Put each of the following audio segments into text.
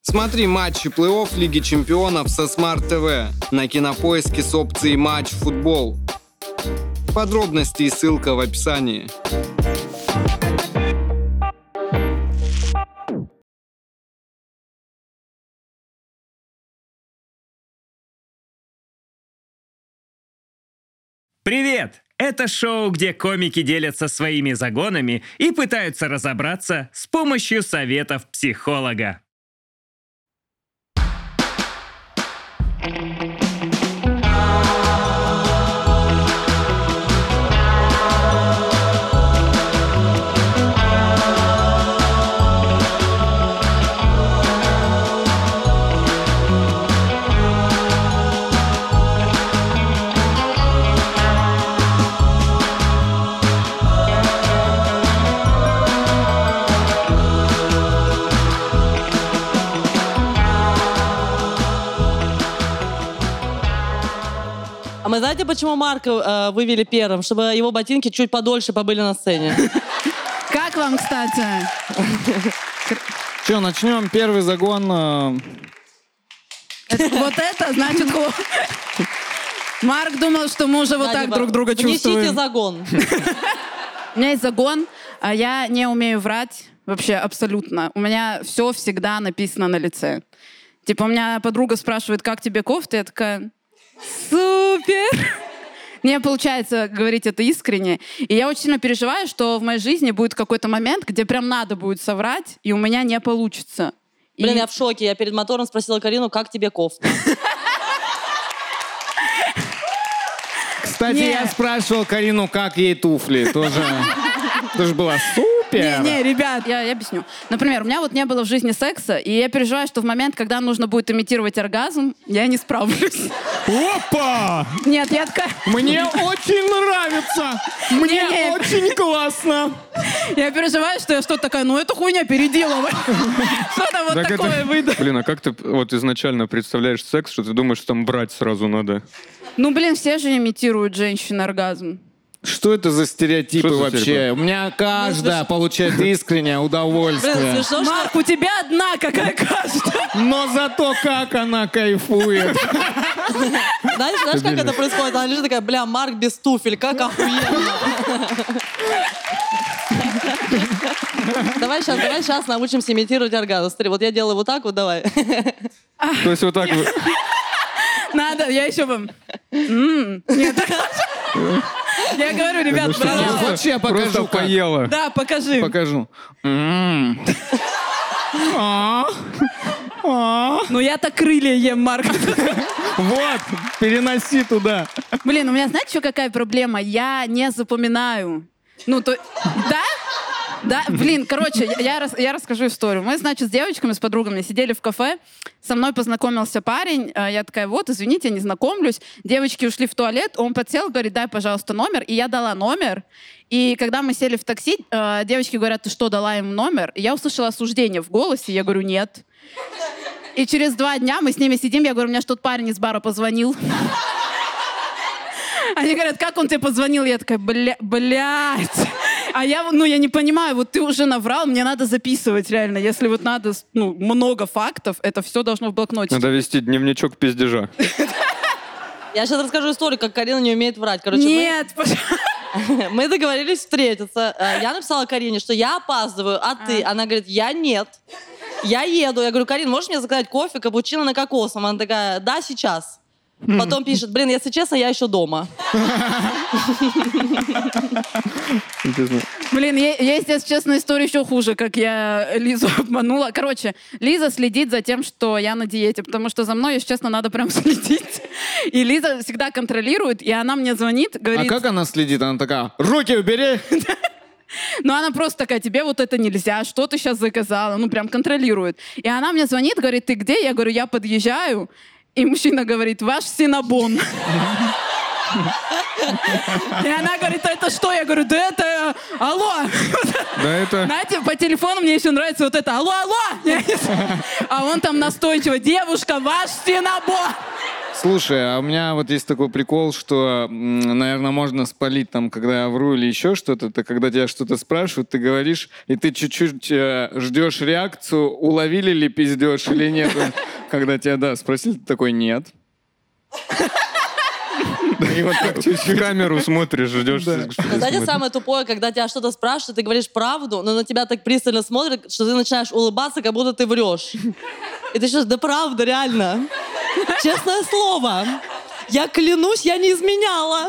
Смотри матчи плей-офф Лиги Чемпионов со Smart TV на Кинопоиске с опцией «Матч Футбол». Подробности и ссылка в описании. Привет! Это шоу, где комики делятся своими загонами и пытаются разобраться с помощью советов психолога. А мы знаете, почему Марка вывели первым? Чтобы его ботинки чуть подольше побыли на сцене. Как вам, кстати? Че, начнем? Первый загон. Вот это значит... Марк думал, что мы уже вот так друг друга чувствуем. Внесите загон. У меня есть загон, а я не умею врать вообще абсолютно. У меня все всегда написано на лице. Типа у меня подруга спрашивает, как тебе кофта? Я такая... Супер! Мне получается говорить это искренне. И я очень сильно переживаю, что в моей жизни будет какой-то момент, где прям надо будет соврать, и у меня не получится. Блин, я в шоке. Я перед мотором спросила Карину, как тебе кофта? Кстати, я спрашивал Карину, как ей туфли. Тоже было супер. Не, ребят, я объясню. Например, у меня вот не было в жизни секса, и я переживаю, что в момент, когда нужно будет имитировать оргазм, я не справлюсь. Опа! Нет, я такая... Мне очень нравится! Мне очень классно! Я переживаю, что я что-то такая, ну это хуйня переделывай. Что-то вот такое выйду. Блин, а как ты вот изначально представляешь секс, что ты думаешь, что там брать сразу надо? Ну, блин, все же имитируют женщин оргазм. Что это за стереотипы Что за вообще? стереотипы? У меня каждая получает искреннее удовольствие. Блин, смешно, что... Марк, у тебя одна какая каждая. Но зато как она кайфует. Знаешь, как это происходит? Она лежит такая, бля, Марк без туфель, как охуенно. Давай сейчас научимся имитировать оргазм. Смотри, вот я делаю вот так вот, давай. То есть вот так вот. Надо, я еще вам... Нет. Я говорю, ребят, браво. Хочешь, я покажу, Просто как? поела. Да, покажи. Покажу. Ну я-то крылья ем, Марк. Вот, переноси туда. Блин, у меня, знаете, что какая проблема? Я не запоминаю. Ну, то... Да? Да, блин, короче, я расскажу историю. Мы, значит, с девочками, с подругами сидели в кафе, со мной познакомился парень, я такая, вот, извините, я не знакомлюсь. Девочки ушли в туалет, он подсел, говорит, дай, пожалуйста, номер, и я дала номер. И когда мы сели в такси, девочки говорят, ты что, дала им номер? И я услышала осуждение в голосе, я говорю, нет. И через 2 дня мы с ними сидим, я говорю, у меня что-то парень из бара позвонил. Они говорят, как он тебе позвонил? Я такая, блядь. А я не понимаю, вот ты уже наврал, мне надо записывать реально. Если вот надо, много фактов, это все должно в блокноте. Надо вести дневничок пиздежа. Я сейчас расскажу историю, как Карина не умеет врать. Короче, Нет, мы договорились встретиться. Я написала Карине, что я опаздываю, а ты? Она говорит, я нет. Я еду. Я говорю, Карин, можешь мне заказать кофе, капучино на кокосовом? Она такая, да, сейчас. Потом пишет, блин, если честно, я еще дома. Блин, есть, если честно, история еще хуже, как я Лизу обманула. Короче, Лиза следит за тем, что я на диете, потому что за мной, если честно, надо прям следить. И Лиза всегда контролирует, и она мне звонит, говорит... А как она следит? Она такая, руки убери! Ну, она просто такая, тебе вот это нельзя, что ты сейчас заказала? Ну, прям контролирует. И она мне звонит, говорит, ты где? Я говорю, я подъезжаю. И мужчина говорит, ваш Синабон. И она говорит, это что? Я говорю, да это... Алло! Да это... Знаете, по телефону мне еще нравится вот это алло, алло! А он там настойчиво, девушка, ваш Синабон! Слушай, а у меня вот есть такой прикол, что, наверное, можно спалить там, когда я вру или еще что-то. Это когда тебя что-то спрашивают, ты говоришь, и ты чуть-чуть ждешь реакцию, уловили ли пиздеж или нет. Когда тебя, спросили, ты такой, нет. И вот так В камеру смотришь, ждешь. Знаете, самое тупое, когда тебя что-то спрашивают, ты говоришь правду, но на тебя так пристально смотрят, что ты начинаешь улыбаться, как будто ты врешь. И ты сейчас, да правда, реально. Честное слово. Я клянусь, я не изменяла.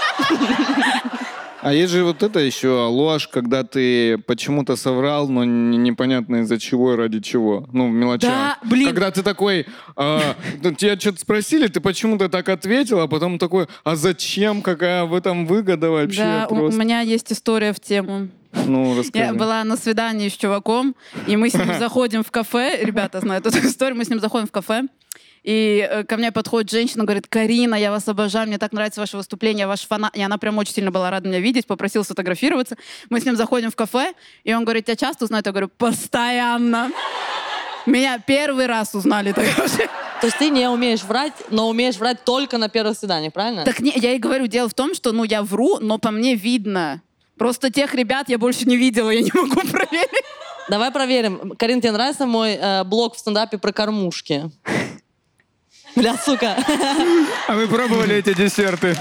А есть же вот это еще ложь, когда ты почему-то соврал, но непонятно из-за чего и ради чего. Ну, в мелочах. Да, блин. Когда ты такой, тебя что-то спросили, ты почему-то так ответил, а потом такой, а зачем, какая в этом выгода вообще? Да, у просто? меня есть история в тему. Ну, расскажи. Я была на свидании с чуваком, и мы с ним заходим в кафе. Ребята знают эту историю. Мы с ним заходим в кафе, и ко мне подходит женщина, говорит: Карина, я вас обожаю, мне так нравится ваше выступление, я ваш фанат. И она прям очень сильно была рада меня видеть, попросила сфотографироваться. Мы с ним заходим в кафе, и он говорит: тебя часто узнают? Я говорю: постоянно. Меня первый раз узнали. То есть ты не умеешь врать, но умеешь врать только на первых свиданиях, правильно? Так не, я и говорю, дело в том, что я вру, но по мне видно. Просто тех ребят я больше не видела, я не могу проверить. Давай проверим. Карин, тебе нравится мой блог в стендапе про кормушки? Бля, сука. А вы пробовали эти десерты?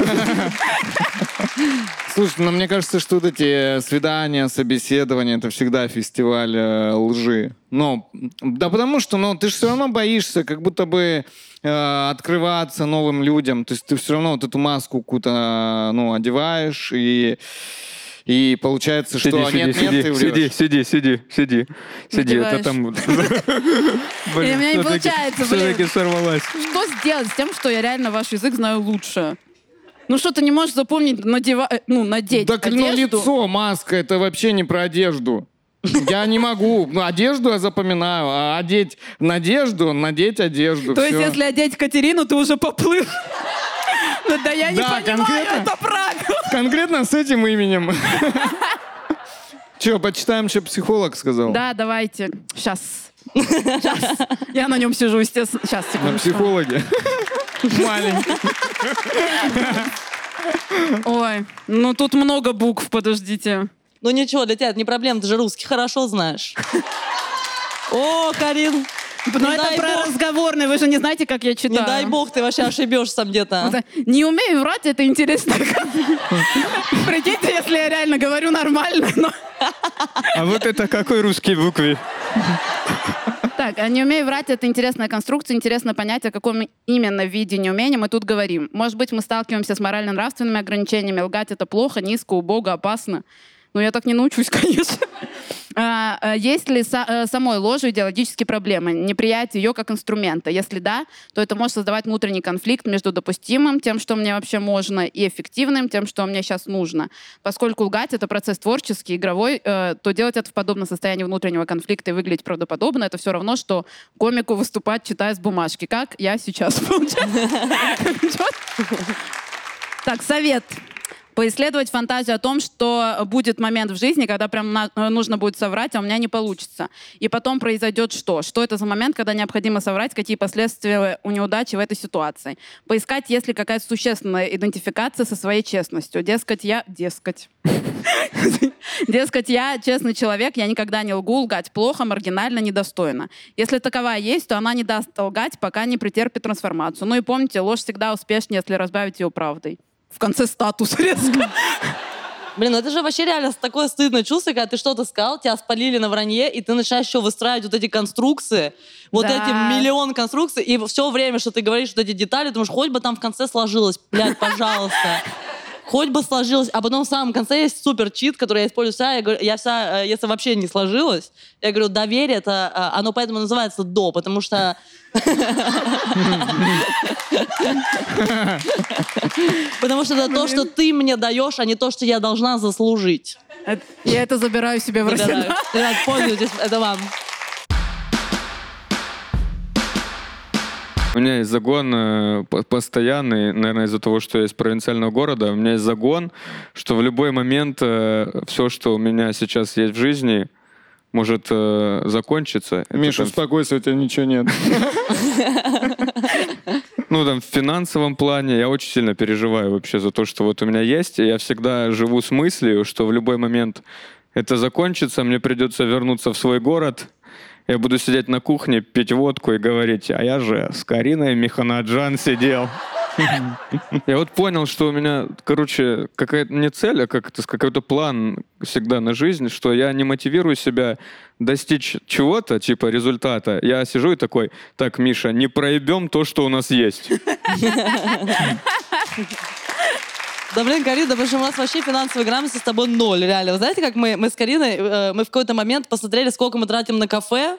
Слушай, ну мне кажется, что вот эти свидания, собеседования, это всегда фестиваль лжи. Ну, да потому что, ты же все равно боишься, как будто бы открываться новым людям. То есть ты все равно вот эту маску какую-то, одеваешь, и получается, что нет, ты врешь. Сиди. Это там... И у меня не получается, Все-таки блин. сорвалась. Что сделать с тем, что я реально ваш язык знаю лучше? Ну что, ты не можешь запомнить, надеть Так, одежду? лицо, маска, это вообще не про одежду. Я не могу. Одежду я запоминаю, а одеть надеть одежду. То есть, всё. если одеть Катерину, ты уже поплыл? Да я не Да, понимаю, конкретно. это правило. Конкретно с этим именем. Че, почитаем, что психолог сказал? Да, давайте. Сейчас. Я на нем сижу, естественно. Сейчас, На секунду. психологе. Маленький. Ой, тут много букв, подождите. Ну ничего, для тебя это не проблема, ты же русский хорошо знаешь. О, Карин, Но не это дай про бог. разговорный, вы же не знаете, как я читаю. Не дай бог, ты вообще ошибешься где-то. Не умею врать, это интересно. Прикиньте, если я реально говорю нормально, но... А вот это какой русский букве? Так, не умею врать, это интересная конструкция, интересно понять, о каком именно виде неумения мы тут говорим. Может быть, мы сталкиваемся с морально-нравственными ограничениями, лгать это плохо, низко, убого, опасно. Но я так не научусь, конечно. Есть ли самой ложью идеологические проблемы? Неприятие ее как инструмента? Если да, то это может создавать внутренний конфликт между допустимым, тем, что мне вообще можно, и эффективным, тем, что мне сейчас нужно. Поскольку лгать — это процесс творческий, игровой, то делать это в подобном состоянии внутреннего конфликта и выглядеть правдоподобно — это все равно, что комику выступать, читая с бумажки. Как я сейчас получаю. Так, совет. Поисследовать фантазию о том, что будет момент в жизни, когда прям нужно будет соврать, а у меня не получится. И потом произойдет что? Что это за момент, когда необходимо соврать, какие последствия у неудачи в этой ситуации? Поискать, есть ли какая-то существенная идентификация со своей честностью. Дескать, я честный человек, я никогда не лгу, лгать плохо, маргинально, недостойно. Если таковая есть, то она не даст лгать, пока не претерпит трансформацию. Ну и помните, ложь всегда успешнее, если разбавить ее правдой. В конце статус резко. Блин, это же вообще реально такое стыдное чувство, когда ты что-то сказал, тебя спалили на вранье, и ты начинаешь еще выстраивать вот эти конструкции, вот Да. эти миллион конструкций, и все время, что ты говоришь вот эти детали, думаешь, хоть бы там в конце сложилось, блядь, пожалуйста. Хоть бы сложилось. А потом в самом конце есть супер чит, который я использую вся. Я говорю, если вообще не сложилось, я говорю, доверие, это, оно поэтому называется до, потому что... Потому что это то, что ты мне даешь, а не то, что я должна заслужить. Я это забираю себе в арсенал. Ребят, пользуйтесь, это вам. У меня есть загон постоянный, наверное, из-за того, что я из провинциального города. У меня есть загон, что в любой момент все, что у меня сейчас есть в жизни, может закончиться. Миша, успокойся, у тебя ничего нет. Ну, там, в финансовом плане я очень сильно переживаю вообще за то, что вот у меня есть, и я всегда живу с мыслью, что в любой момент это закончится, мне придется вернуться в свой город, я буду сидеть на кухне, пить водку и говорить, а я же с Кариной Миханаджан сидел. Я вот понял, что у меня, короче, какая-то не цель, а какой-то план всегда на жизнь, что я не мотивирую себя достичь чего-то, типа результата. Я сижу и такой, так, Миша, не проебем то, что у нас есть. Да, блин, Карина, потому что у нас вообще финансовой грамотности с тобой 0, реально. Вы знаете, как мы с Кариной, мы в какой-то момент посмотрели, сколько мы тратим на кафе,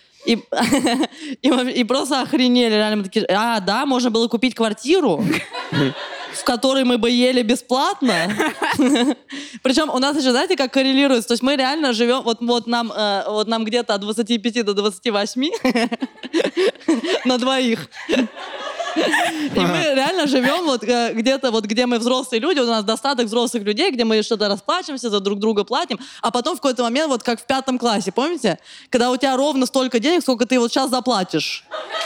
и просто охренели, реально. Мы такие, да, можно было купить квартиру, в которой мы бы ели бесплатно. Причем у нас еще, знаете, как коррелируется? То есть мы реально живем, вот нам где-то от 25 до 28 на двоих. И мы реально живем вот где-то, вот где мы взрослые люди, у нас достаток взрослых людей, где мы что-то расплачиваемся, за друг друга платим, а потом в какой-то момент, вот как в 5 классе, помните? Когда у тебя ровно столько денег, сколько ты вот сейчас заплатишь.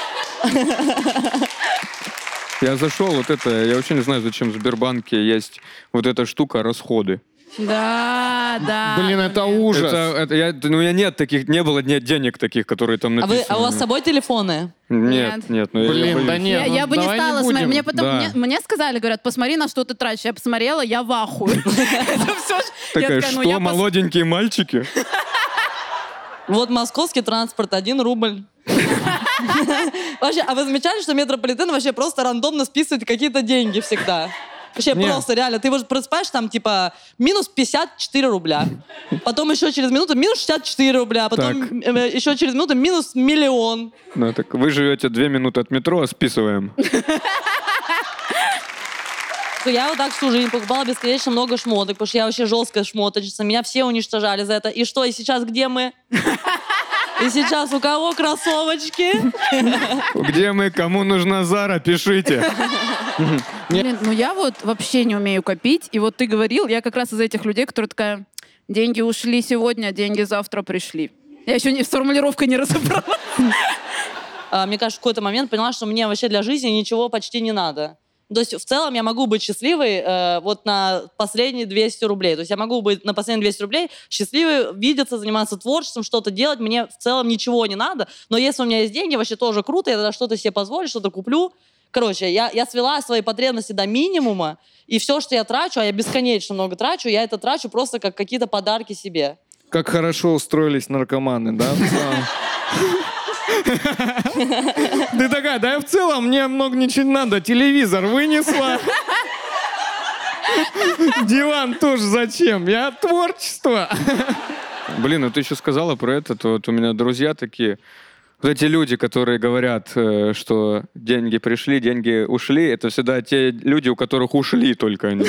Я зашел, я вообще не знаю, зачем в Сбербанке есть вот эта штука расходы. Да. Блин, это ужас. У меня не было денег таких, которые там написаны. А у вас с собой телефоны? Нет. Блин, да нет. Я бы не давай стала будем. смотреть. Да. Мне сказали, говорят, посмотри, на что ты тратишь. Я посмотрела, я в ахуе. Это все. Такая, что, молоденькие мальчики? Вот московский транспорт, 1 рубль. Вообще, а вы замечали, что метрополитен вообще просто рандомно списывает какие-то деньги всегда? Вообще просто реально, ты вот просыпаешь там типа минус 54 рубля, потом еще через минуту минус 64 рубля, потом еще через минуту минус 1 миллион. Ну так вы живете 2 минуты от метро, а списываем. Я вот так всю жизнь покупала бесконечно много шмоток, потому что я вообще жесткая шмоточница, меня все уничтожали за это. И что, и сейчас где мы? И сейчас у кого кроссовочки? Где мы? Кому нужна Зара? Пишите. Блин, я вот вообще не умею копить. И вот ты говорил, я как раз из этих людей, которые такая, деньги ушли сегодня, деньги завтра пришли. Я еще с формулировкой не разобралась. Мне кажется, в какой-то момент поняла, что мне вообще для жизни ничего почти не надо. То есть в целом я могу быть счастливой вот на последние 200 рублей. То есть я могу быть на последние 200 рублей счастливой, видеться, заниматься творчеством, что-то делать. Мне в целом ничего не надо. Но если у меня есть деньги, вообще тоже круто. Я тогда что-то себе позволю, что-то куплю. Короче, я свела свои потребности до минимума. И все, что я трачу, а я бесконечно много трачу, я это трачу просто как какие-то подарки себе. Как хорошо устроились наркоманы, да? Ты такая, да в целом мне много ничего не надо. Телевизор вынесла. Диван тоже зачем? Я творчество. Блин, ну ты еще сказала про это, вот у меня друзья такие. Вот эти люди, которые говорят, что деньги пришли, деньги ушли, это всегда те люди, у которых ушли только они.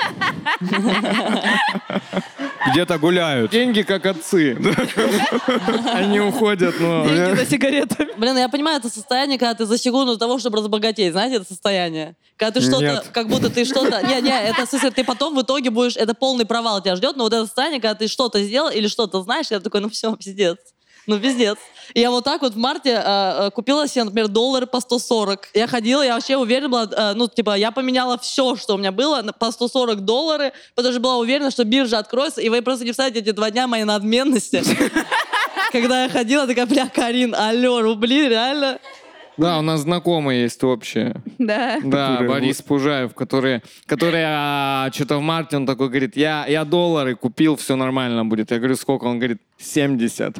Где-то гуляют. Деньги как отцы. Они уходят, но... Деньги за сигаретами. Блин, я понимаю это состояние, когда ты за секунду до того, чтобы разбогатеть. Знаете, это состояние? Когда ты что-то, Нет. как будто ты что-то... Не, это в смысле, ты потом в итоге будешь... Это полный провал тебя ждет, но вот это состояние, когда ты что-то сделал или что-то знаешь, я такой, ну все, пиздец. Ну, пиздец. И я вот так вот в марте купила себе, например, доллары по 140. Я ходила, я вообще уверена была, я поменяла все, что у меня было, по 140 долларов, потому что была уверена, что биржа откроется, и вы просто не представляете эти 2 дня моей надменности. Когда я ходила, такая, бля, Карин, алло, рубли, реально... Да, у нас знакомые есть общие. Да. Да, Борис Пужаев, который что-то в марте, он такой говорит, я доллары купил, все нормально будет. Я говорю, сколько? Он говорит, 70.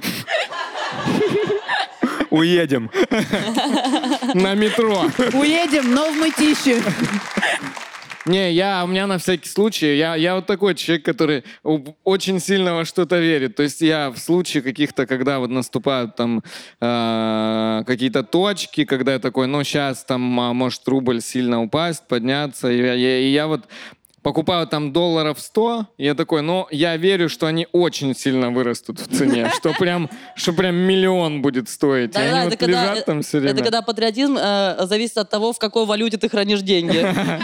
Уедем. На метро. Уедем, но в мытищи. Не, у меня на всякий случай, я вот такой человек, который очень сильно во что-то верит. То есть я в случае каких-то, когда вот наступают там какие-то точки, когда я такой, сейчас там может рубль сильно упасть, подняться, и я вот покупаю там долларов 100, и я такой, я верю, что они очень сильно вырастут в цене, что прям миллион будет стоить. И они вот лежат там все время. Это когда патриотизм зависит от того, в какой валюте ты хранишь деньги.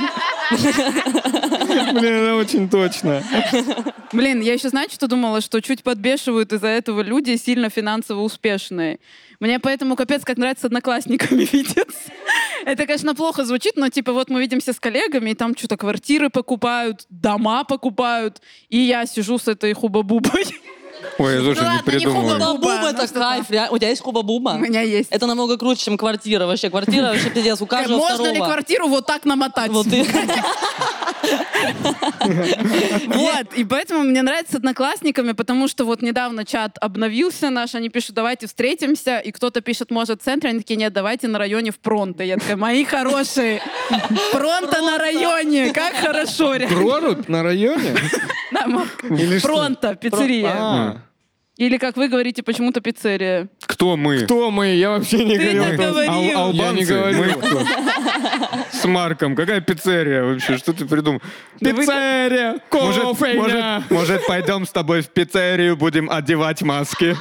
Блин, это очень точно. Блин, я еще, знаете, что думала? Что чуть подбешивают из-за этого люди сильно финансово успешные. Мне поэтому капец как нравится с одноклассниками видеться. Это, конечно, плохо звучит, но типа вот мы видимся с коллегами, и там что-то квартиры покупают, дома покупают, и я сижу с этой хуба-бубой. Ой, я тоже Ну не ладно, не придумаю. хуба-буба. Хуба-буба — это что-то. кайф. У тебя есть хуба-буба? У меня есть. Это намного круче, чем квартира. Вообще, квартира вообще пиздец. У каждого Можно ли второго. квартиру вот так намотать? Вот ты. Вот, и поэтому мне нравится с одноклассниками, потому что вот недавно чат обновился наш, они пишут, давайте встретимся, и кто-то пишет, может, в центре, они такие, нет, давайте на районе в Пронто. Я такая, мои хорошие, Пронто на районе, как хорошо. Прорубь на районе? Да, Марк. Или что? Пронто, пиццерия. А. Или, как вы говорите, почему-то пиццерия. Кто мы? Кто мы? Я вообще не Ты говорил. так этого. говорил. Я не Албанцы? говорил. Мы кто? С Марком. Какая пиццерия вообще? Что ты придумал? Пиццерия, кофейня. Может, пойдем с тобой в пиццерию, будем одевать маски?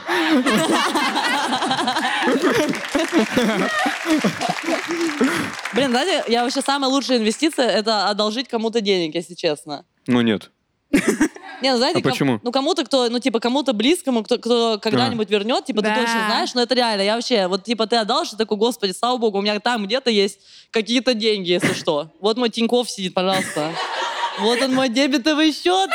Блин, знаете, я вообще самая лучшая инвестиция — это одолжить кому-то денег, если честно. Ну нет. Не, ну знаете, А почему? кому-то, кто, ну типа кому-то близкому, кто когда-нибудь вернет, типа Да. ты точно знаешь, но это реально. Я вообще, вот типа ты отдал, что такой, господи, слава богу, у меня там где-то есть какие-то деньги, если что. Вот мой Тинькофф сидит, пожалуйста. Вот он, мой дебетовый счет.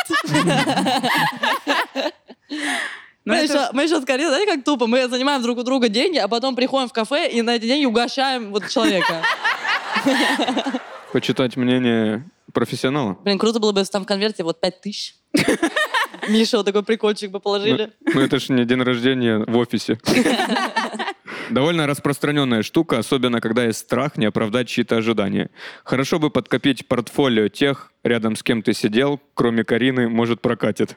Ну, это- Мы еще скорее, знаете, как тупо, мы занимаем друг у друга деньги, а потом приходим в кафе и на эти деньги угощаем вот человека. Почитать мнение профессионала. Блин, круто было бы, если там в конверте вот 5000. Миша вот такой прикольчик бы положили. Ну это ж не день рождения в офисе. Довольно распространенная штука, особенно когда есть страх не оправдать чьи-то ожидания. Хорошо бы подкопить портфолио тех, рядом с кем ты сидел, кроме Карины, может, прокатит.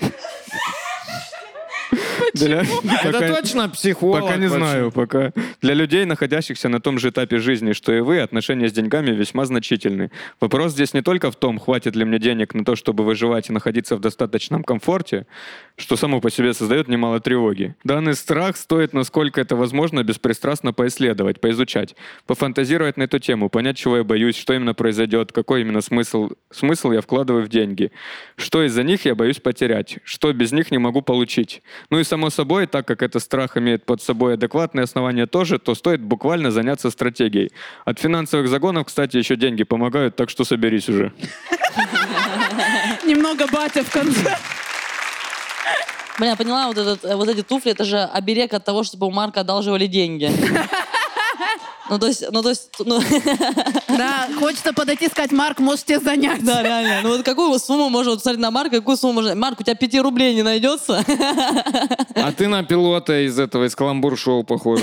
Это точно психолог. Пока не вообще. знаю, пока. Для людей, находящихся на том же этапе жизни, что и вы, отношения с деньгами весьма значительны. Вопрос здесь не только в том, хватит ли мне денег на то, чтобы выживать и находиться в достаточном комфорте, что само по себе создает немало тревоги. Данный страх стоит, насколько это возможно, беспристрастно поисследовать, поизучать, пофантазировать на эту тему, понять, чего я боюсь, что именно произойдет, какой именно смысл я вкладываю в деньги, что из-за них я боюсь потерять, что без них не могу получить. Ну и само собой, так как этот страх имеет под собой адекватные основания тоже, то стоит буквально заняться стратегией. От финансовых загонов, кстати, еще деньги помогают, так что соберись уже. Немного батя в конце. Бля, я поняла, вот эти туфли, это же оберег от того, чтобы у Марка одалживали деньги. Ну, то есть... Да, хочется подойти и сказать, Марк, можете занять. Да, реально. Ну вот какую сумму можно, вот смотри на Марка, какую сумму можно... Марк, у тебя 5 рублей не найдется? А ты на пилота из каламбур-шоу похожа.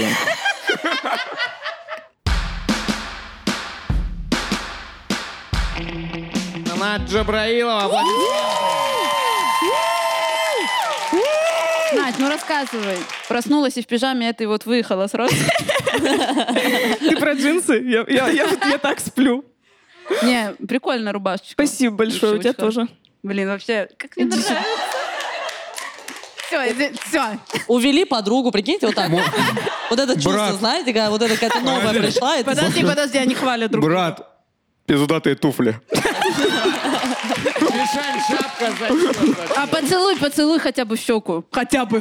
Она Джабраилова. Надь, ну рассказывай. Проснулась и в пижаме этой вот выехала сразу. Ты про джинсы? Я так сплю. Не, прикольная рубашечка. Спасибо большое, у тебя Девочка. тоже. Блин, вообще, как мне нравится. Все. Увели подругу, прикиньте, вот так. Вот это чувство, Брат. знаете, когда вот эта какая-то новая пришла. и ты Подожди, они хвалят друг друга. Брат, пиздатые туфли. Мишань, шапка зачем? А поцелуй хотя бы в щеку. Хотя бы.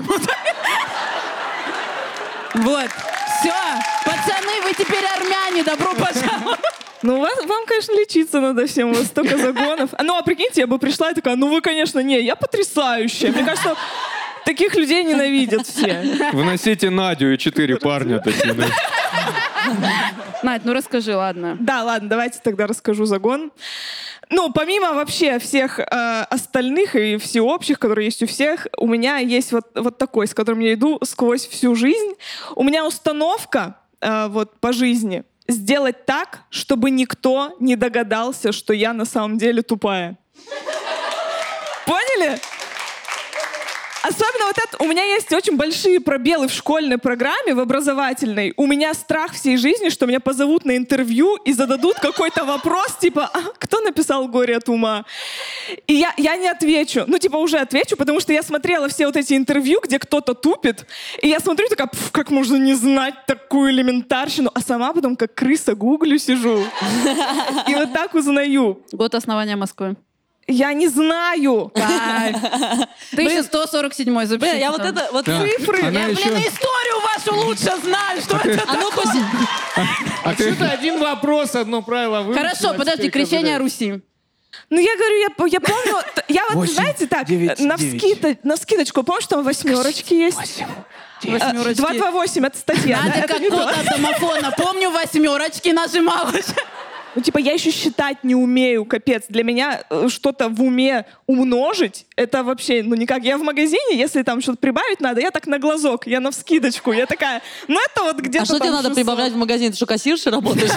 Вот. Все. Пацаны, вы теперь армяне. Добро пожаловать. Ну, вам, конечно, лечиться надо всем, у вас столько загонов. Ну, а прикиньте, я бы пришла и такая, ну вы, конечно, не, я потрясающая. Мне кажется, таких людей ненавидят все. Выносите Надю и 4 парня такие. да. Надь, ну расскажи, ладно. Да, ладно, давайте тогда расскажу загон. Ну, помимо вообще всех остальных и всеобщих, которые есть у всех, у меня есть вот такой, с которым я иду сквозь всю жизнь. У меня установка вот по жизни сделать так, чтобы никто не догадался, что я на самом деле тупая. Поняли? Особенно вот это, у меня есть очень большие пробелы в школьной программе, в образовательной. У меня страх всей жизни, что меня позовут на интервью и зададут какой-то вопрос, типа, а кто написал «Горе от ума»? И я не отвечу. Ну, типа, уже отвечу, потому что я смотрела все вот эти интервью, где кто-то тупит, и я смотрю, такая, как можно не знать такую элементарщину, а сама потом как крыса гуглю сижу. И вот так узнаю. Год основания Москвы. Я не знаю. Кайф. 1147 запишите. Блин, я вот там. это, вот Да. цифры. Она Я, еще- блин, историю вашу лучше знаю, что это А ну пусть... А что-то один вопрос, одно правило выучила. Хорошо, подожди, теперь крещение ковыряешь. Руси. Ну, я говорю, я помню, я вот, 8, знаете, так, 9, на скидочку, помнишь, там 8 есть? Восьмерочки. 228, это статья. да, Надя это как не кот то. от домофона. Помню, 8 нажимала. Ну, типа, я еще считать не умею, капец. Для меня что-то в уме умножить, это вообще, ну, никак. Я в магазине, если там что-то прибавить надо, я так на глазок, я навскидочку. Я такая, ну, это вот где-то А что тебе там надо 600. прибавлять в магазин? Ты что, кассиршей работаешь?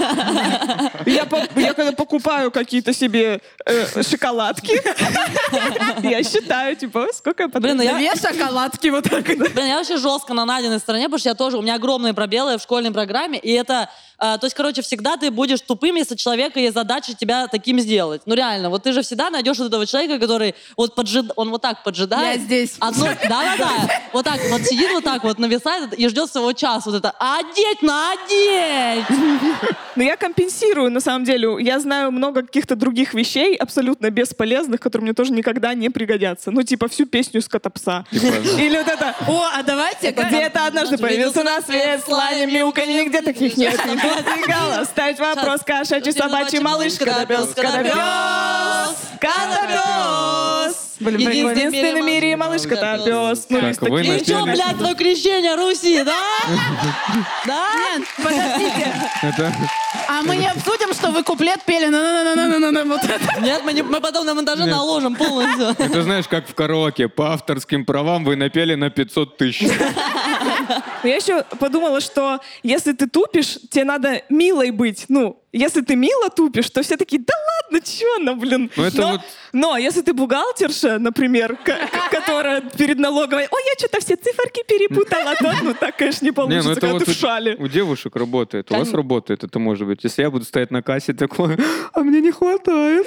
Я когда покупаю какие-то себе шоколадки, я считаю, типа, сколько я Блин, ну потратила. я... 2 шоколадки вот так. Блин, я вообще жестко на Надиной стороне, потому что я тоже, у меня огромные пробелы в школьной программе, и это, то есть, короче, всегда ты будешь тупым, если человека есть задача тебя таким сделать. Ну реально, вот ты же всегда найдешь вот этого человека, который вот он вот так поджидает. Я здесь. Да-да-да. Вот так вот сидит, вот так вот нависает и ждет своего часа. Вот это одеть на одеть. Но я компенсирую, на самом деле. Я знаю много каких-то других вещей, абсолютно бесполезных, которые мне тоже никогда не пригодятся. Ну, типа, всю песню из «Кота-пса». Или вот это О, а давайте... «Где-то однажды появился на свет, с лаем мяуканье, нигде таких нет». Не достигала. Ставить вопрос, кошачий, собачий, малыш, Кота-пёс, Кота-пёс, Кота-пёс. Блин, Единственный в мире малыш Кота-пёс. Ну, Так, есть вы такие. И что, напели- блядь, твое крещение Руси, да? Да? Нет, подождите. Это... А мы не обсудим, что вы куплет пели на вот это. Нет, мы потом на монтаже наложим полностью. Это знаешь, как в караоке. По авторским правам вы напели на 500 тысяч. Но я еще подумала, что если ты тупишь, тебе надо милой быть. Ну, если ты мило тупишь, то все такие, да ладно, чё она, блин. Ну, это вот- но если ты бухгалтерша, например, которая перед налоговой, ой, я что-то все циферки перепутала, то, ну так, конечно, не Не, получится, ну это когда вот ты в шале. у девушек работает. У вас работает это может быть. Если я буду стоять на кассе такой, а мне не хватает.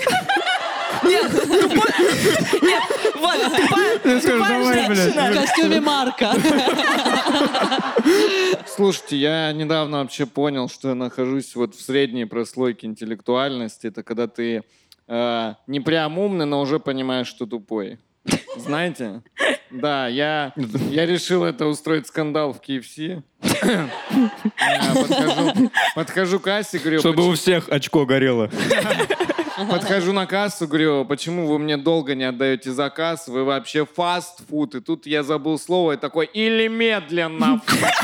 Вот, тупая давай, блядь. В женщина. костюме Марка. Слушайте, я недавно вообще понял, что я нахожусь вот в средней прослойке интеллектуальности. Это когда ты не прям умный, но уже понимаешь, что тупой. Знаете? Да, я решил это устроить скандал в KFC. Я подхожу к кассе, говорю, Чтобы у всех очко горело. подхожу на кассу, говорю, почему вы мне долго не отдаете заказ? Вы вообще фастфуд. И тут я забыл слово, и такой, или медленно.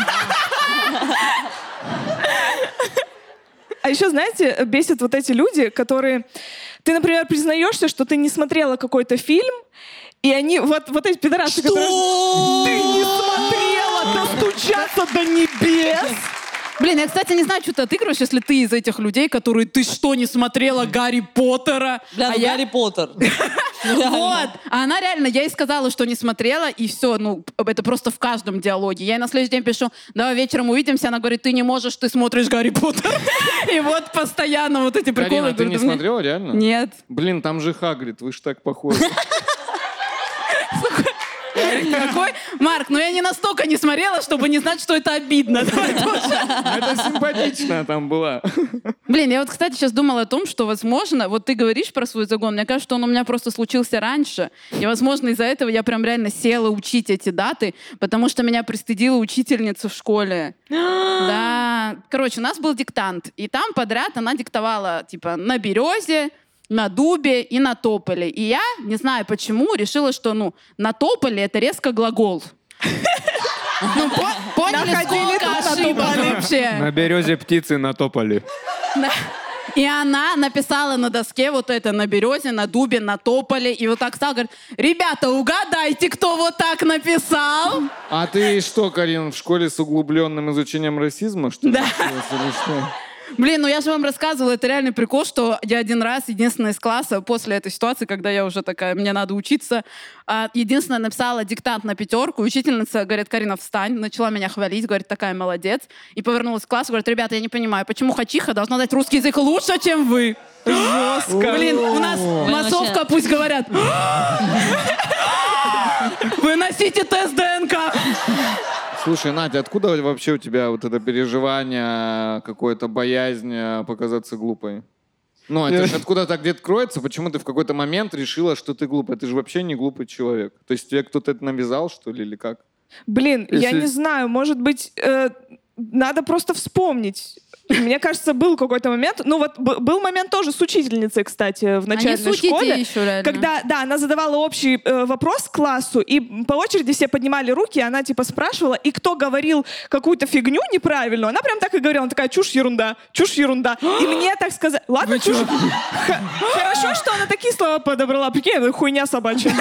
А еще, знаете, бесят вот эти люди, которые... Ты, например, признаешься, что ты не смотрела какой-то фильм, и они, вот эти пидорасы, которые... Ты не смотрела «Достучаться до небес»? Блин, я, кстати, не знаю, что ты отыгрываешь, если ты из этих людей, которые, ты что, не смотрела Гарри Поттера? Бля, ну А я- Гарри Поттер. Вот. А она реально, я ей сказала, что не смотрела, и все, ну, это просто в каждом диалоге. Я ей на следующий день пишу, давай вечером увидимся. Она говорит, ты не можешь, ты смотришь Гарри Поттер. И вот постоянно вот эти приколы. Карина, ты не смотрела, реально? Нет. Блин, там же Хагрид, вы ж так похожи. Какой? Марк, ну я не настолько не смотрела, чтобы не знать, что это обидно. Давай тоже. Это симпатичная там была. Блин, я вот, кстати, сейчас думала о том, что, возможно, вот ты говоришь про свой загон, мне кажется, что он у меня просто случился раньше, и, возможно, из-за этого я прям реально села учить эти даты, потому что меня пристыдила учительница в школе. Да. Короче, у нас был диктант, и там подряд она диктовала, типа, на березе, на дубе и на тополе. И я, не знаю почему, решила, что, ну, на тополе это резко глагол. Ну, поняли, Находили сколько тут на ошибок тополе. вообще? На березе птицы натопали. Да. И она написала на доске вот это на березе, на дубе, на тополе. И вот так стала, говорит, ребята, угадайте, кто вот так написал. А ты что, Карин, в школе с углубленным изучением расизма, что ли? Да. Или что? Блин, ну я же вам рассказывала, это реальный прикол, что я один раз, единственная из класса, после этой ситуации, когда я уже такая, мне надо учиться, единственная написала диктант на 5, учительница говорит, Карина, встань, начала меня хвалить, говорит, такая молодец, и повернулась к классу, говорит, ребята, я не понимаю, почему хачиха должна знать русский язык лучше, чем вы? Жестко. Блин, у нас массовка, пусть говорят. Вы носите тест ДНК. Слушай, Надя, откуда вообще у тебя вот это переживание, какое-то боязнь показаться глупой? Ну, это же откуда-то где-то кроется, почему ты в какой-то момент решила, что ты глупая. Ты же вообще не глупый человек. То есть тебе кто-то это навязал, что ли, или как? Блин, я Если- не знаю, может быть, надо просто вспомнить. Мне кажется, был какой-то момент, ну вот был момент тоже с учительницей, кстати, в начальной шутите школе, еще реально. когда, да, она задавала общий вопрос классу, и по очереди все поднимали руки, и она типа спрашивала, и кто говорил какую-то фигню неправильную, она прям так и говорила, она такая, чушь, ерунда, и мне так сказать, ладно, чушь, хорошо, что она такие слова подобрала, прикинь, ну, хуйня собачья.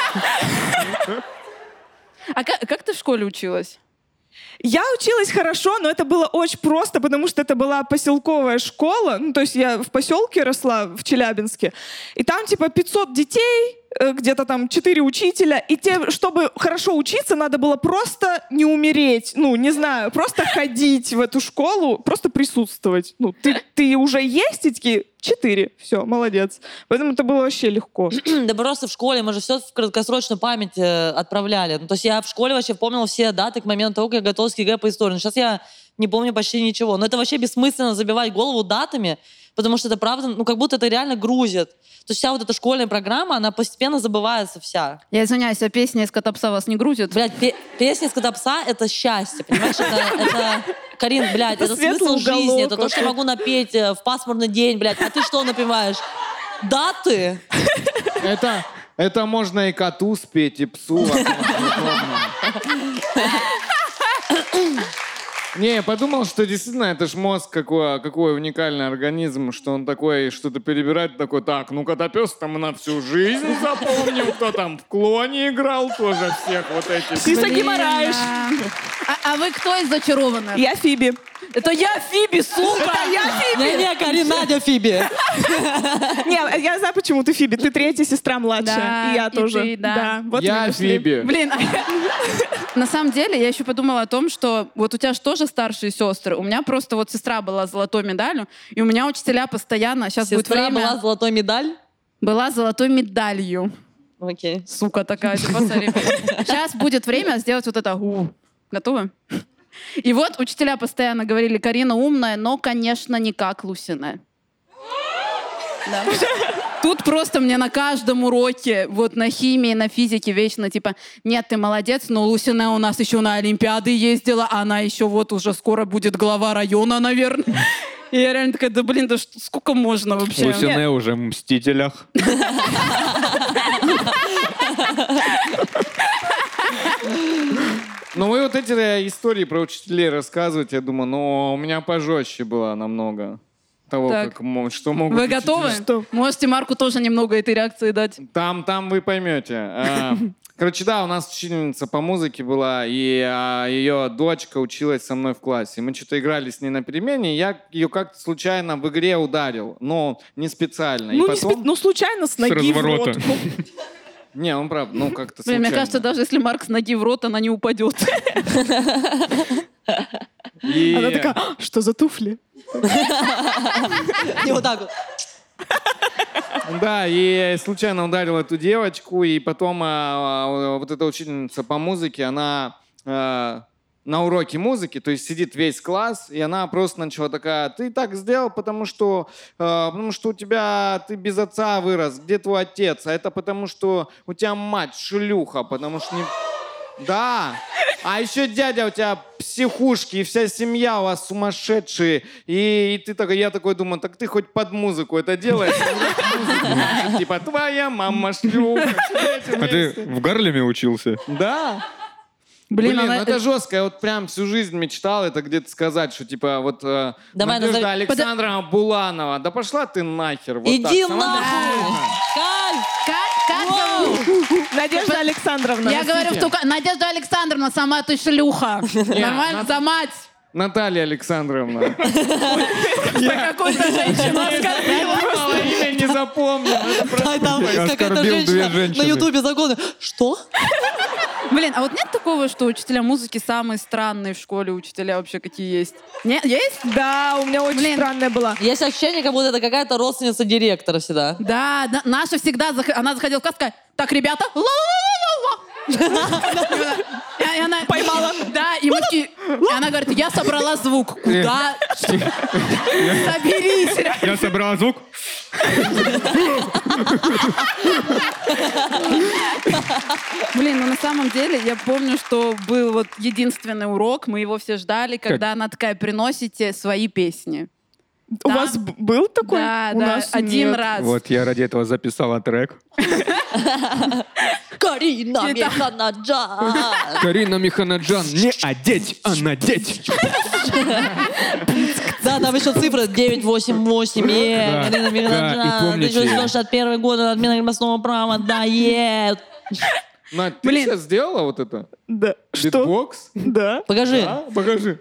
А как ты в школе училась? Я училась хорошо, но это было очень просто, потому что это была поселковая школа. Ну, то есть я в поселке росла, в Челябинске. И там типа 500 детей, где-то там 4 учителя. И чтобы хорошо учиться, надо было просто не умереть. Ну, не знаю, просто ходить в эту школу, просто присутствовать. Ну, ты уже есть, и такие 4. Все, молодец. Поэтому это было вообще легко. Да просто в школе мы же все в краткосрочную память отправляли. Ну, то есть я в школе вообще помнила все даты к моменту того, как я готовилась к ЕГЭ по истории. Но сейчас я не помню почти ничего. Но это вообще бессмысленно забивать голову датами, потому что это правда, ну как будто это реально грузит. То есть вся вот эта школьная программа, она постепенно забывается вся. Я извиняюсь, а песня из «Котопса» вас не грузит? Блядь, песня из «Котопса» — это счастье, понимаешь? Это Карин, блядь, это смысл жизни. Это то, что я могу напеть в пасмурный день, блядь. А ты что напеваешь? Даты? Это можно и коту спеть, и псу. Не, я подумал, что действительно это ж мозг какой уникальный организм, что он такой что-то перебирает, такой, так, ну Котопес там на всю жизнь запомнил, кто там в клоне играл, тоже всех вот этих. Ты загимараешь. А вы кто из «Зачарованных»? Я Фиби. Это я, Фиби, сука! Это я Фиби. Не-не, Карин, Надя, Фиби. Не, я знаю, почему ты Фиби. Ты третья сестра младшая. Да, И я и тоже. ты, да. Вот Я мы нашли. Фиби. Блин, на самом деле я еще подумала о том, что вот у тебя же тоже старшие сестры. У меня просто вот сестра была с золотой медалью, и у меня учителя постоянно, сейчас будет Сестра время... была золотой медаль. Была золотой медалью. Окей. Сука такая, ты посмотри. Сейчас будет время сделать вот это. Готовы? И вот учителя постоянно говорили, Карина умная, но, конечно, не как Лусина. Да. Тут просто мне на каждом уроке, вот на химии, на физике вечно типа, нет, ты молодец, но Лусина у нас еще на Олимпиады ездила, она еще вот уже скоро будет глава района, наверное. И я реально такая, да блин, да сколько можно вообще? Лусине уже в «Мстителях». Ну вы вот эти истории про учителей рассказываете, я думаю, ну у меня пожестче было намного того, Так. что могут Вы учителя. готовы? Что? Можете Марку тоже немного этой реакции дать? Там вы поймете. Короче, да, у нас учительница по музыке была, и ее дочка училась со мной в классе. Мы что-то играли с ней на перемене, и я ее как-то случайно в игре ударил, но не специально. И Ну, потом... случайно с ноги в разворота. рот. Не, он правда, ну как-то Блин, случайно. мне кажется, даже если Марк с ноги в рот, она не упадет. И- Она такая, что за туфли? И вот так вот. Да, и случайно ударил эту девочку, и потом вот эта учительница по музыке, она на уроке музыки, то есть сидит весь класс, и она просто начала такая, ты так сделал, потому что у тебя, ты без отца вырос, где твой отец? А это потому что у тебя мать шлюха, потому что не... Да, а еще дядя у тебя психушки, и вся семья у вас сумасшедшие. И ты такой, я такой думаю, так ты хоть под музыку это делаешь? Типа, твоя мама шлюха. А ты в Гарлеме учился? Да. Блин, Блин, она... ну это жестко. Я вот прям всю жизнь мечтал это где-то сказать, что типа вот Давай, Надежда назови- Александровна Буланова. Да пошла ты нахер. Вот Иди так. Сама нахуй! Кайф! Как зовут? Надежда Александровна. Я говорю, Надежда Александровна, сама ты шлюха. Нормально, Над- за мать. Наталья Александровна. За какую-то женщину оскорбила. Мало имя не запомнил. Это просто- Ай, там какая-то оскорбил две женщина на женщины. Ютубе законы. Что? Блин, а вот нет такого, что учителя музыки самые странные в школе, учителя вообще какие есть? Нет, есть? Да, у меня очень Блин. странная была. Есть ощущение, как будто это какая-то родственница директора всегда. Да, наша всегда, она заходила в класс, такая, так, ребята, ла-ла-ла-ла-ла. И она поймала. Да, и мы такие, и она говорит, я собрала звук. Куда? Соберись. Я собрал звук. Блин, ну на самом деле я помню, что был вот единственный урок, мы его все ждали, когда она такая: приносите свои песни. У вас был такой? Да, У да, нас один нет. раз. Вот я ради этого записала трек. Карина Механаджан. Карина Механаджан, не одеть, а надеть. Да, там еще цифры 988. Да, Карина да, и Механаджан. помните- 1961 год, отмена крепостного права. Да, Надь, ты Блин. сейчас сделала вот это? Да. Что? Битбокс? Да. Покажи. А? Покажи.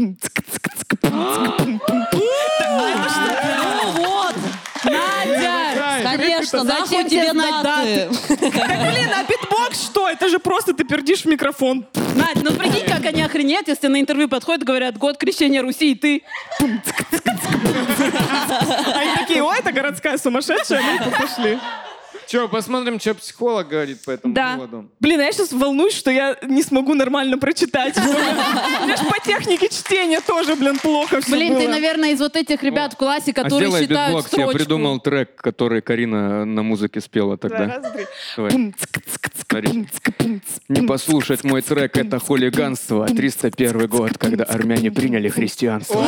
Ну вот, Надя! конечно, Зачем нахуй тебе тебе знать даты. Так, блин, а битбокс что? Это же просто ты пердишь в микрофон. Надь, ну прикинь, как они охренеют, если на интервью подходят, говорят: год крещения Руси, и ты... Они такие: ой, это городская сумасшедшая, ну пошли. Че, посмотрим, что психолог говорит по этому Да. поводу. Блин, а я сейчас волнуюсь, что я не смогу нормально прочитать. У меня ж по технике чтения тоже, блин, плохо все Блин, было. ты, наверное, из вот этих ребят в классе, А которые сделай считают битбокс, я строчку. придумал трек, который Карина на музыке спела Да, тогда. раз, три. Давай. Пум-цк-цк-цк, Смотри. пум-цк-пум-цк. Не послушать мой трек — это хулиганство. 301 год, когда армяне приняли христианство.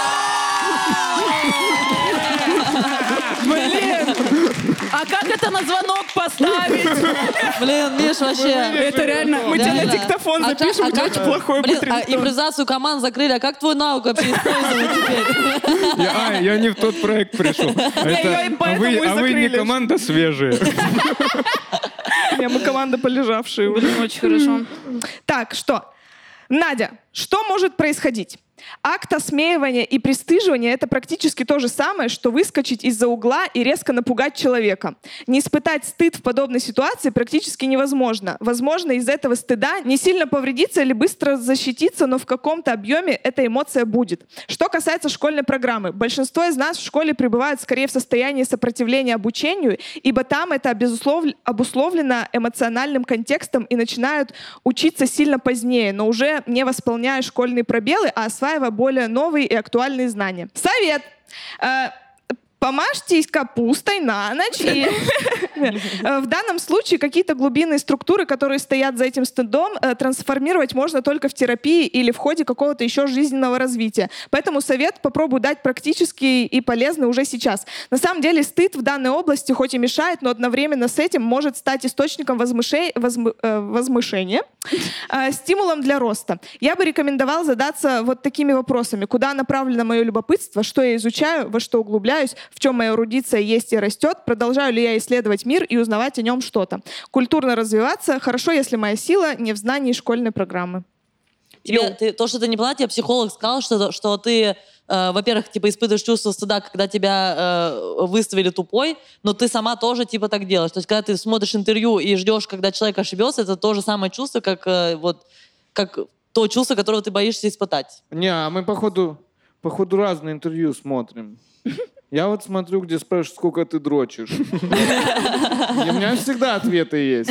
Блин! А как это на звонок поставить? Блин, Миш, вообще. Это реально... Мы тебя на Реально. диктофон запишем, у тебя очень плохой Блин, употребление. импровизацию команд закрыли, а как твой навык вообще использовать теперь? Я не в тот проект пришел. её и поэтому и А вы не закрыли. команда свежая. Не, мы команда полежавшие уже. Блин, очень хорошо. Так, что? Надя, что может происходить? Акт осмеивания и пристыживания — это практически то же самое, что выскочить из-за угла и резко напугать человека. Не испытать стыд в подобной ситуации практически невозможно. Возможно, из этого стыда не сильно повредиться или быстро защититься, но в каком-то объеме эта эмоция будет. Что касается школьной программы, большинство из нас в школе пребывают скорее в состоянии сопротивления обучению, ибо там это обусловлено эмоциональным контекстом и начинают учиться сильно позднее, но уже не восполняя школьные пробелы, а осваивая более новые и актуальные знания. Совет! Помажьтесь капустой на ночь. И в данном случае какие-то глубинные структуры, которые стоят за этим стыдом, трансформировать можно только в терапии или в ходе какого-то еще жизненного развития. Поэтому совет попробую дать практический и полезный уже сейчас. На самом деле стыд в данной области хоть и мешает, но одновременно с этим может стать источником возмышения, стимулом для роста. Я бы рекомендовал задаться вот такими вопросами. Куда направлено мое любопытство? Что я изучаю? Во что углубляюсь? В чем моя эрудиция есть и растет? Продолжаю ли я исследовать мир и узнавать о нем что-то? Культурно развиваться. Хорошо, если моя сила не в знании школьной программы. То, что ты не поняла, тебе психолог сказал, что ты, во-первых, типа испытываешь чувство стыда, когда тебя выставили тупой, но ты сама тоже типа так делаешь. То есть, когда ты смотришь интервью и ждешь, когда человек ошибется, это то же самое чувство, как то чувство, которого ты боишься испытать. Не, а мы походу разные интервью смотрим. Я вот смотрю, где спрашивают, сколько ты дрочишь. И у меня всегда ответы есть.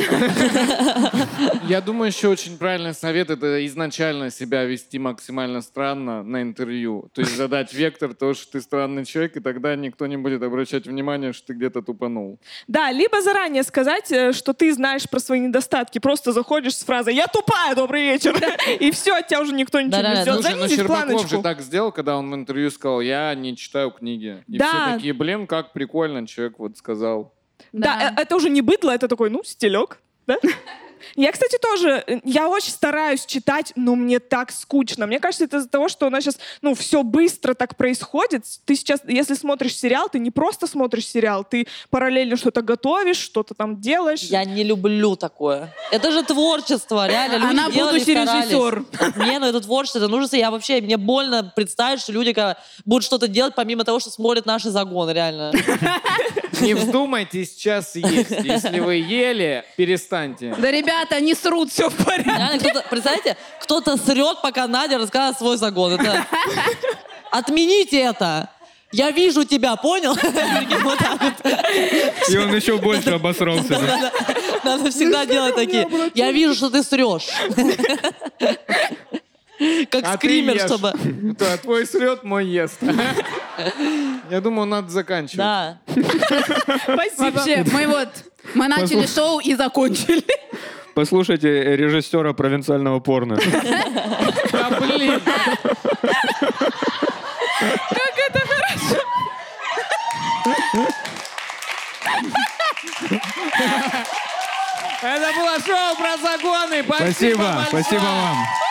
Я думаю, еще очень правильный совет — это изначально себя вести максимально странно на интервью. То есть задать вектор того, что ты странный человек, и тогда никто не будет обращать внимание, что ты где-то тупанул. Да, либо заранее сказать, что ты знаешь про свои недостатки. Просто заходишь с фразой «Я тупая, добрый вечер!» И все, от тебя уже никто ничего не Да-да-да. ждет. Слушай, ну Занизить Щербаков планочку. же так сделал, когда он в интервью сказал: я не читаю книги. И Да. все такие: блин, как прикольно человек вот сказал. Да, это уже не быдло, это такой, стилек, да? Я, кстати, тоже, я очень стараюсь читать, но мне так скучно. Мне кажется, это из-за того, что у нас сейчас, все быстро так происходит. Ты сейчас, если смотришь сериал, ты не просто смотришь сериал, ты параллельно что-то готовишь, что-то там делаешь. Я не люблю такое. Это же творчество, реально. Люди Она делали, будущий старались. режиссер. Это творчество, это нужно. Мне больно представить, что люди будут что-то делать, помимо того, что смотрят наши загоны, реально. Не вздумайте сейчас есть. Если вы ели, перестаньте. Да, ребята, они срут, все в порядке. Реально, представляете, кто-то срет, пока Надя рассказывает свой загон. Отмените это! Я вижу тебя, понял? Вот так вот. И он еще больше обосрался. Надо всегда делать такие. Я вижу, что ты срешь. Как А ты скример, ешь. чтобы... Твой срет, мой ест. Я думаю, надо заканчивать. Да. Спасибо. Вообще, мы начали шоу и закончили. Послушайте режиссера провинциального порно. Да, блин. Это было шоу про загоны. Спасибо большое. вам.